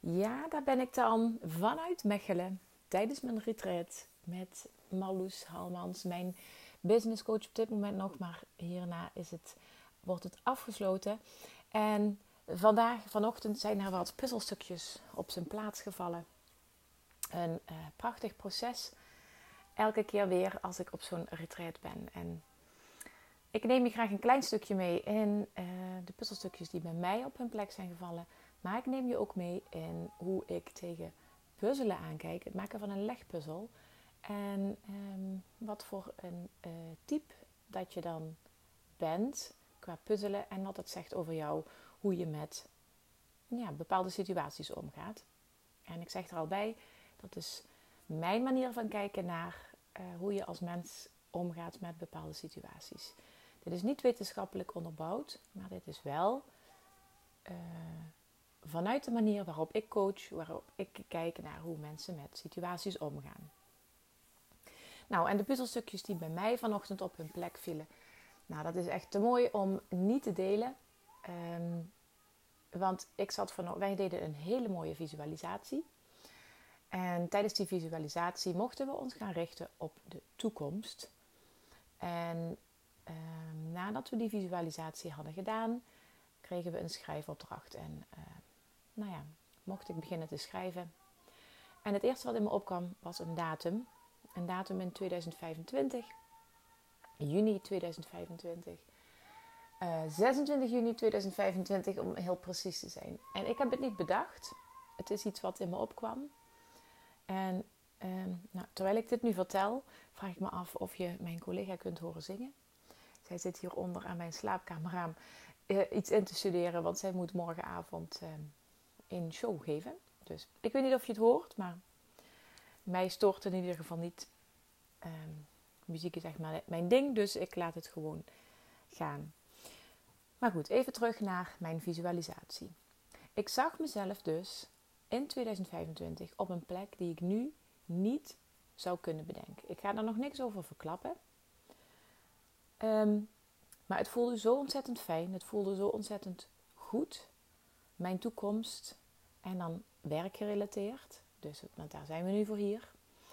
Ja, daar ben ik dan vanuit Mechelen tijdens mijn retreat met Marloes Halmans, mijn business coach op dit moment nog, maar hierna wordt het afgesloten. En vanochtend zijn er wat puzzelstukjes op zijn plaats gevallen. Een prachtig proces, elke keer weer als ik op zo'n retreat ben. En ik neem je graag een klein stukje mee in de puzzelstukjes die bij mij op hun plek zijn gevallen. Maar ik neem je ook mee in hoe ik tegen puzzelen aankijk. Het maken van een legpuzzel. En wat voor een type dat je dan bent qua puzzelen. En wat dat zegt over jou. Hoe je met bepaalde situaties omgaat. En ik zeg er al bij, dat is mijn manier van kijken naar hoe je als mens omgaat met bepaalde situaties. Dit is niet wetenschappelijk onderbouwd, maar dit is wel vanuit de manier waarop ik coach, waarop ik kijk naar hoe mensen met situaties omgaan. Nou, en de puzzelstukjes die bij mij vanochtend op hun plek vielen. Nou, dat is echt te mooi om niet te delen. Want wij deden een hele mooie visualisatie. En tijdens die visualisatie mochten we ons gaan richten op de toekomst. En nadat we die visualisatie hadden gedaan, kregen we een schrijfopdracht. En mocht ik beginnen te schrijven. En het eerste wat in me opkwam was een datum. Een datum in 2025. Juni 2025. 26 juni 2025 om heel precies te zijn. En ik heb het niet bedacht. Het is iets wat in me opkwam. En terwijl ik dit nu vertel, vraag ik me af of je mijn collega kunt horen zingen. Zij zit hieronder aan mijn slaapkamerraam iets in te studeren, want zij moet morgenavond een show geven. Dus ik weet niet of je het hoort, maar mij stoort in ieder geval niet. Muziek is echt maar mijn ding, dus ik laat het gewoon gaan. Maar goed, even terug naar mijn visualisatie. Ik zag mezelf dus in 2025 op een plek die ik nu niet zou kunnen bedenken. Ik ga daar nog niks over verklappen. Maar het voelde zo ontzettend fijn. Het voelde zo ontzettend goed. Mijn toekomst. En dan werkgerelateerd. Dus daar zijn we nu voor hier.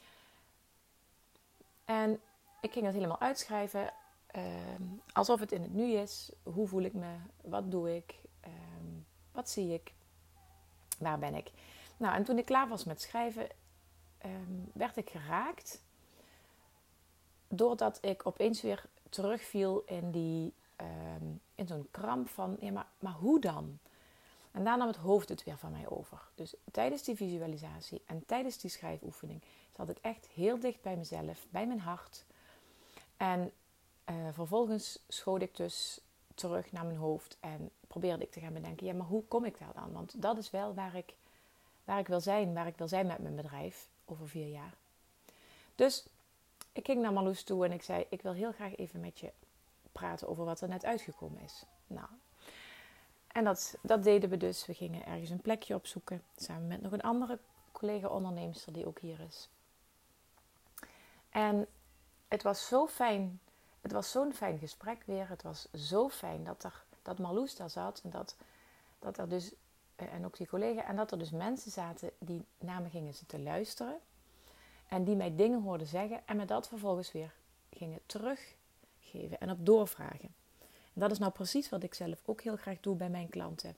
En ik ging het helemaal uitschrijven. Alsof het in het nu is. Hoe voel ik me? Wat doe ik? Wat zie ik? Waar ben ik? Nou, en toen ik klaar was met schrijven, werd ik geraakt. Doordat ik opeens weer terugviel in zo'n kramp van, ja, maar hoe dan? En daar nam het hoofd het weer van mij over. Dus tijdens die visualisatie en tijdens die schrijfoefening zat ik echt heel dicht bij mezelf, bij mijn hart. En vervolgens schoot ik dus terug naar mijn hoofd en probeerde ik te gaan bedenken, ja, maar hoe kom ik daar dan? Want dat is wel waar ik wil zijn met mijn bedrijf over 4 jaar. Dus ik ging naar Marloes toe en ik zei, ik wil heel graag even met je praten over wat er net uitgekomen is. Nou, en dat deden we dus. We gingen ergens een plekje opzoeken, samen met nog een andere collega-onderneemster die ook hier is. En het was zo fijn. Het was zo'n fijn gesprek weer. Het was zo fijn dat Marloes daar zat en dat er dus, en ook die collega, en dat er dus mensen zaten die naar me gingen zitten luisteren. En die mij dingen hoorden zeggen en me dat vervolgens weer gingen teruggeven en op doorvragen. En dat is nou precies wat ik zelf ook heel graag doe bij mijn klanten.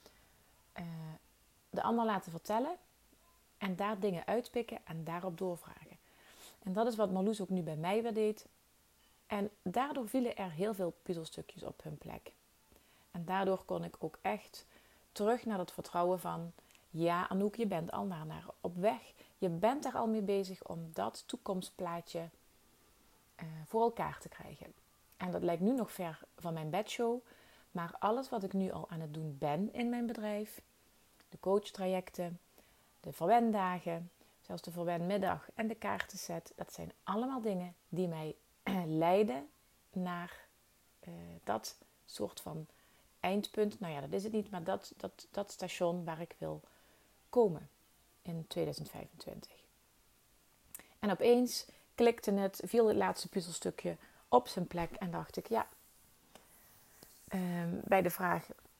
De ander laten vertellen en daar dingen uitpikken en daarop doorvragen. En dat is wat Marloes ook nu bij mij weer deed. En daardoor vielen er heel veel puzzelstukjes op hun plek. En daardoor kon ik ook echt terug naar dat vertrouwen van, ja Anouk, je bent al naar op weg. Je bent er al mee bezig om dat toekomstplaatje voor elkaar te krijgen. En dat lijkt nu nog ver van mijn bedshow. Maar alles wat ik nu al aan het doen ben in mijn bedrijf. De coachtrajecten, de verwendagen, zelfs de verwenmiddag en de kaartenset. Dat zijn allemaal dingen die mij leiden naar dat soort van eindpunt. Nou ja, dat is het niet, maar dat station waar ik wil komen in 2025. En opeens klikte het, viel het laatste puzzelstukje op zijn plek en dacht ik, ja, bij de vraag,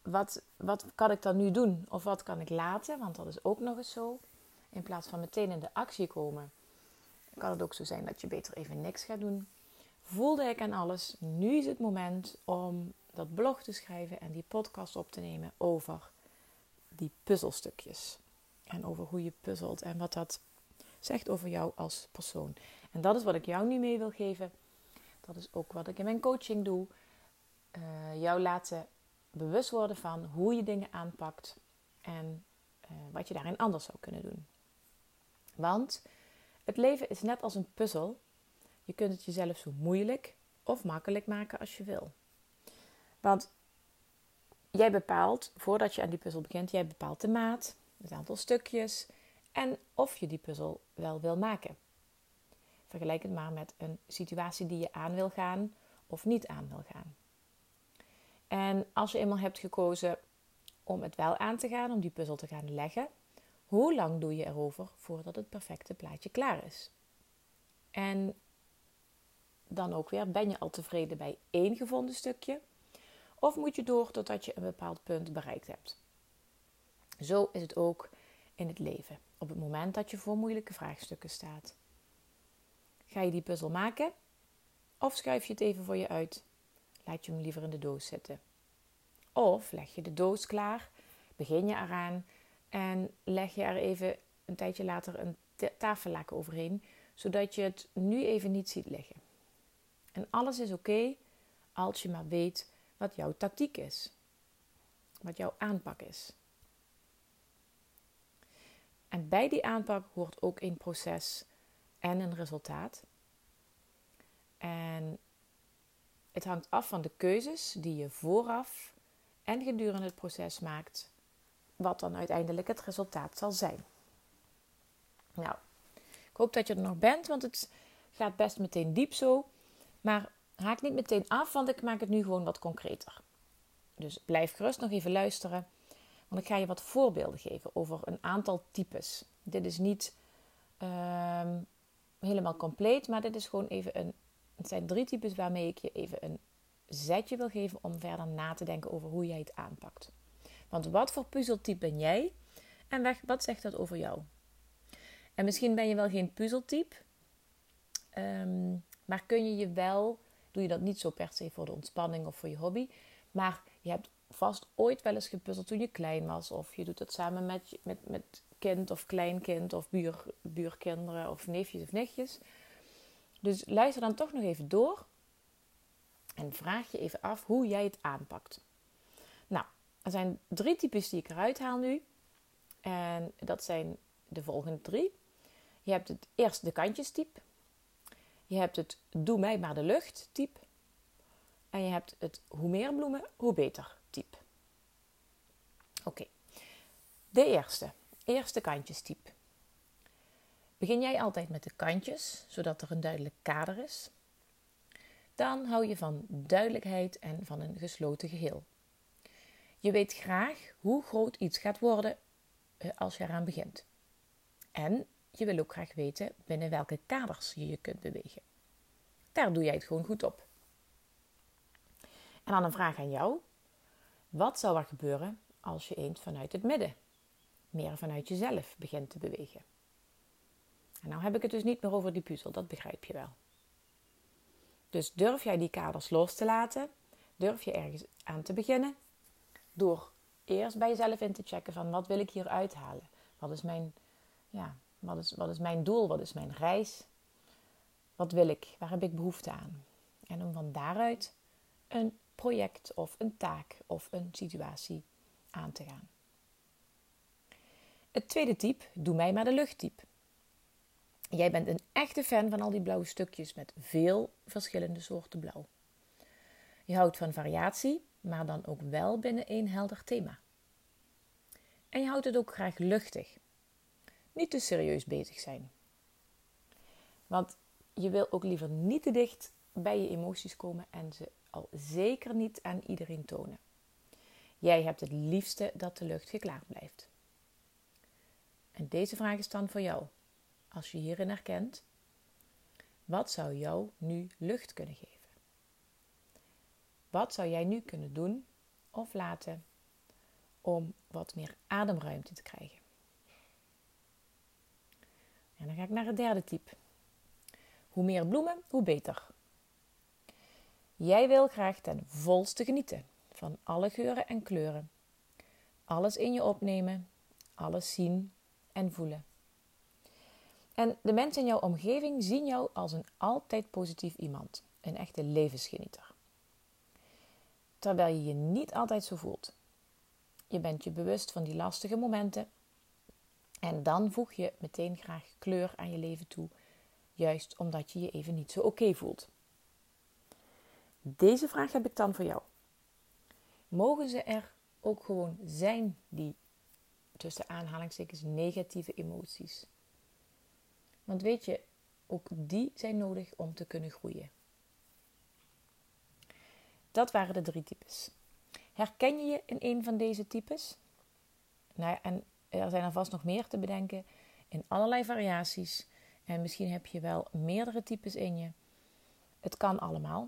wat kan ik dan nu doen? Of wat kan ik laten? Want dat is ook nog eens zo. In plaats van meteen in de actie komen, kan het ook zo zijn dat je beter even niks gaat doen. Voelde ik aan alles, nu is het moment om dat blog te schrijven en die podcast op te nemen over die puzzelstukjes. En over hoe je puzzelt en wat dat zegt over jou als persoon. En dat is wat ik jou nu mee wil geven. Dat is ook wat ik in mijn coaching doe. Jou laten bewust worden van hoe je dingen aanpakt en wat je daarin anders zou kunnen doen. Want het leven is net als een puzzel. Je kunt het jezelf zo moeilijk of makkelijk maken als je wil. Want jij bepaalt, voordat je aan die puzzel begint, jij bepaalt de maat, het aantal stukjes en of je die puzzel wel wil maken. Vergelijk het maar met een situatie die je aan wil gaan of niet aan wil gaan. En als je eenmaal hebt gekozen om het wel aan te gaan, om die puzzel te gaan leggen, hoe lang doe je erover voordat het perfecte plaatje klaar is? En dan ook weer, ben je al tevreden bij één gevonden stukje? Of moet je door totdat je een bepaald punt bereikt hebt? Zo is het ook in het leven. Op het moment dat je voor moeilijke vraagstukken staat. Ga je die puzzel maken? Of schuif je het even voor je uit? Laat je hem liever in de doos zitten. Of leg je de doos klaar, begin je eraan en leg je er even een tijdje later een tafellaken overheen, zodat je het nu even niet ziet liggen. En alles is oké als je maar weet wat jouw tactiek is. Wat jouw aanpak is. En bij die aanpak hoort ook een proces en een resultaat. En het hangt af van de keuzes die je vooraf en gedurende het proces maakt, wat dan uiteindelijk het resultaat zal zijn. Nou, ik hoop dat je er nog bent, want het gaat best meteen diep zo. Maar haak niet meteen af, want ik maak het nu gewoon wat concreter. Dus blijf gerust nog even luisteren, want ik ga je wat voorbeelden geven over een aantal types. Dit is niet helemaal compleet, maar dit is gewoon even het zijn 3 types waarmee ik je even een zetje wil geven om verder na te denken over hoe jij het aanpakt. Want wat voor puzzeltype ben jij en wat zegt dat over jou? En misschien ben je wel geen puzzeltype, maar kun je wel, doe je dat niet zo per se voor de ontspanning of voor je hobby, maar je hebt vast ooit wel eens gepuzzeld toen je klein was, of je doet het samen met kind of kleinkind of buurkinderen of neefjes of nichtjes. Dus luister dan toch nog even door en vraag je even af hoe jij het aanpakt. Nou, er zijn 3 types die ik eruit haal nu. En dat zijn de volgende 3. Je hebt het eerst de kantjestype. Je hebt het doe mij maar de lucht type. En je hebt het hoe meer bloemen, hoe beter type. Oké. De eerste kantjestype. Begin jij altijd met de kantjes, zodat er een duidelijk kader is? Dan hou je van duidelijkheid en van een gesloten geheel. Je weet graag hoe groot iets gaat worden als je eraan begint. En je wil ook graag weten binnen welke kaders je je kunt bewegen. Daar doe jij het gewoon goed op. En dan een vraag aan jou. Wat zou er gebeuren als je eens vanuit het midden, meer vanuit jezelf begint te bewegen? En nou heb ik het dus niet meer over die puzzel, dat begrijp je wel. Dus durf jij die kaders los te laten? Durf je ergens aan te beginnen? Door eerst bij jezelf in te checken van wat wil ik hier uithalen? Wat is mijn doel? Wat is mijn reis? Wat wil ik? Waar heb ik behoefte aan? En om van daaruit een project of een taak of een situatie aan te gaan. Het tweede type, doe mij maar de luchttype. Jij bent een echte fan van al die blauwe stukjes met veel verschillende soorten blauw. Je houdt van variatie, maar dan ook wel binnen één helder thema. En je houdt het ook graag luchtig. Niet te serieus bezig zijn. Want je wil ook liever niet te dicht bij je emoties komen en ze al zeker niet aan iedereen tonen. Jij hebt het liefste dat de lucht geklaard blijft. En deze vraag is dan voor jou. Als je hierin herkent, wat zou jou nu lucht kunnen geven? Wat zou jij nu kunnen doen of laten om wat meer ademruimte te krijgen. En dan ga ik naar het derde type. Hoe meer bloemen, hoe beter. Jij wil graag ten volste genieten van alle geuren en kleuren. Alles in je opnemen, alles zien en voelen. En de mensen in jouw omgeving zien jou als een altijd positief iemand. Een echte levensgenieter. Terwijl je je niet altijd zo voelt. Je bent je bewust van die lastige momenten. En dan voeg je meteen graag kleur aan je leven toe. Juist omdat je je even niet zo oké voelt. Deze vraag heb ik dan voor jou. Mogen ze er ook gewoon zijn, die tussen aanhalingstekens negatieve emoties? Want weet je, ook die zijn nodig om te kunnen groeien. Dat waren de 3 types. Herken je je in een van deze types? Nou ja, en er zijn er vast nog meer te bedenken in allerlei variaties. En misschien heb je wel meerdere types in je. Het kan allemaal.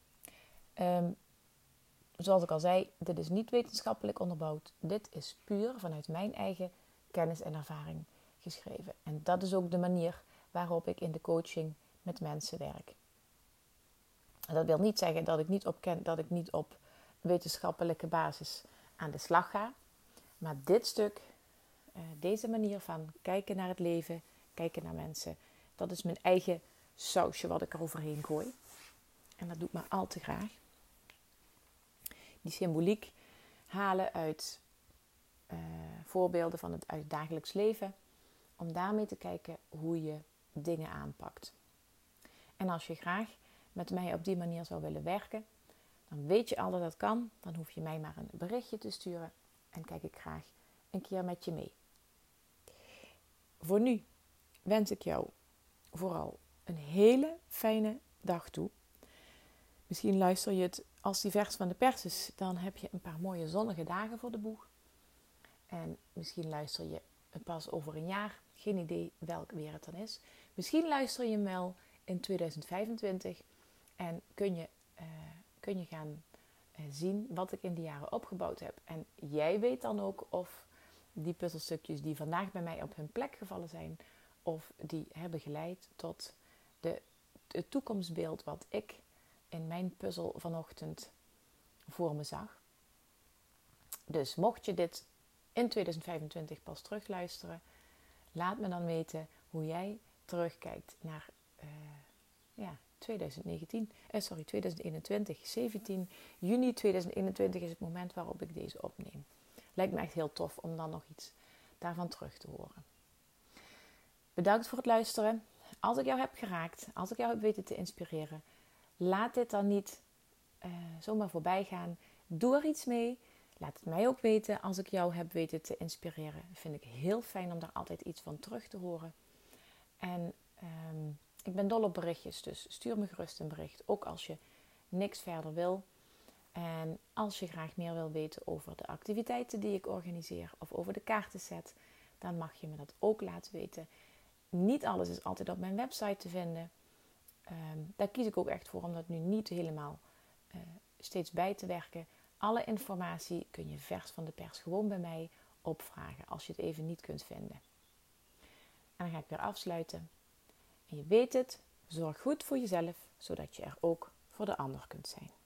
Zoals ik al zei, dit is niet wetenschappelijk onderbouwd. Dit is puur vanuit mijn eigen kennis en ervaring geschreven. En dat is ook de manier waarop ik in de coaching met mensen werk. En dat wil niet zeggen dat ik niet op wetenschappelijke basis aan de slag ga. Maar dit stuk, deze manier van kijken naar het leven, kijken naar mensen, dat is mijn eigen sausje wat ik er overheen gooi. En dat doe ik maar al te graag. Die symboliek halen uit voorbeelden van uit het dagelijks leven. Om daarmee te kijken hoe je dingen aanpakt. En als je graag met mij op die manier zou willen werken, dan weet je al dat dat kan. Dan hoef je mij maar een berichtje te sturen en kijk ik graag een keer met je mee. Voor nu wens ik jou vooral een hele fijne dag toe. Misschien luister je het als die vers van de pers is. Dan heb je een paar mooie zonnige dagen voor de boeg. En misschien luister je het pas over een jaar. Geen idee welk weer het dan is. Misschien luister je hem wel in 2025. En kun je gaan zien wat ik in die jaren opgebouwd heb. En jij weet dan ook of die puzzelstukjes die vandaag bij mij op hun plek gevallen zijn, of die hebben geleid tot het toekomstbeeld wat ik in mijn puzzel vanochtend voor me zag. Dus mocht je dit in 2025 pas terugluisteren, laat me dan weten hoe jij terugkijkt naar 2021. 17 juni 2021 is het moment waarop ik deze opneem. Lijkt me echt heel tof om dan nog iets daarvan terug te horen. Bedankt voor het luisteren. Als ik jou heb geraakt, als ik jou heb weten te inspireren, laat dit dan niet zomaar voorbij gaan. Doe er iets mee. Laat het mij ook weten als ik jou heb weten te inspireren. Dat vind ik heel fijn om daar altijd iets van terug te horen. En ik ben dol op berichtjes, dus stuur me gerust een bericht. Ook als je niks verder wil. En als je graag meer wil weten over de activiteiten die ik organiseer of over de kaartenset, dan mag je me dat ook laten weten. Niet alles is altijd op mijn website te vinden. Daar kies ik ook echt voor om dat nu niet helemaal steeds bij te werken. Alle informatie kun je vers van de pers gewoon bij mij opvragen als je het even niet kunt vinden. En dan ga ik weer afsluiten. En je weet het, zorg goed voor jezelf, zodat je er ook voor de ander kunt zijn.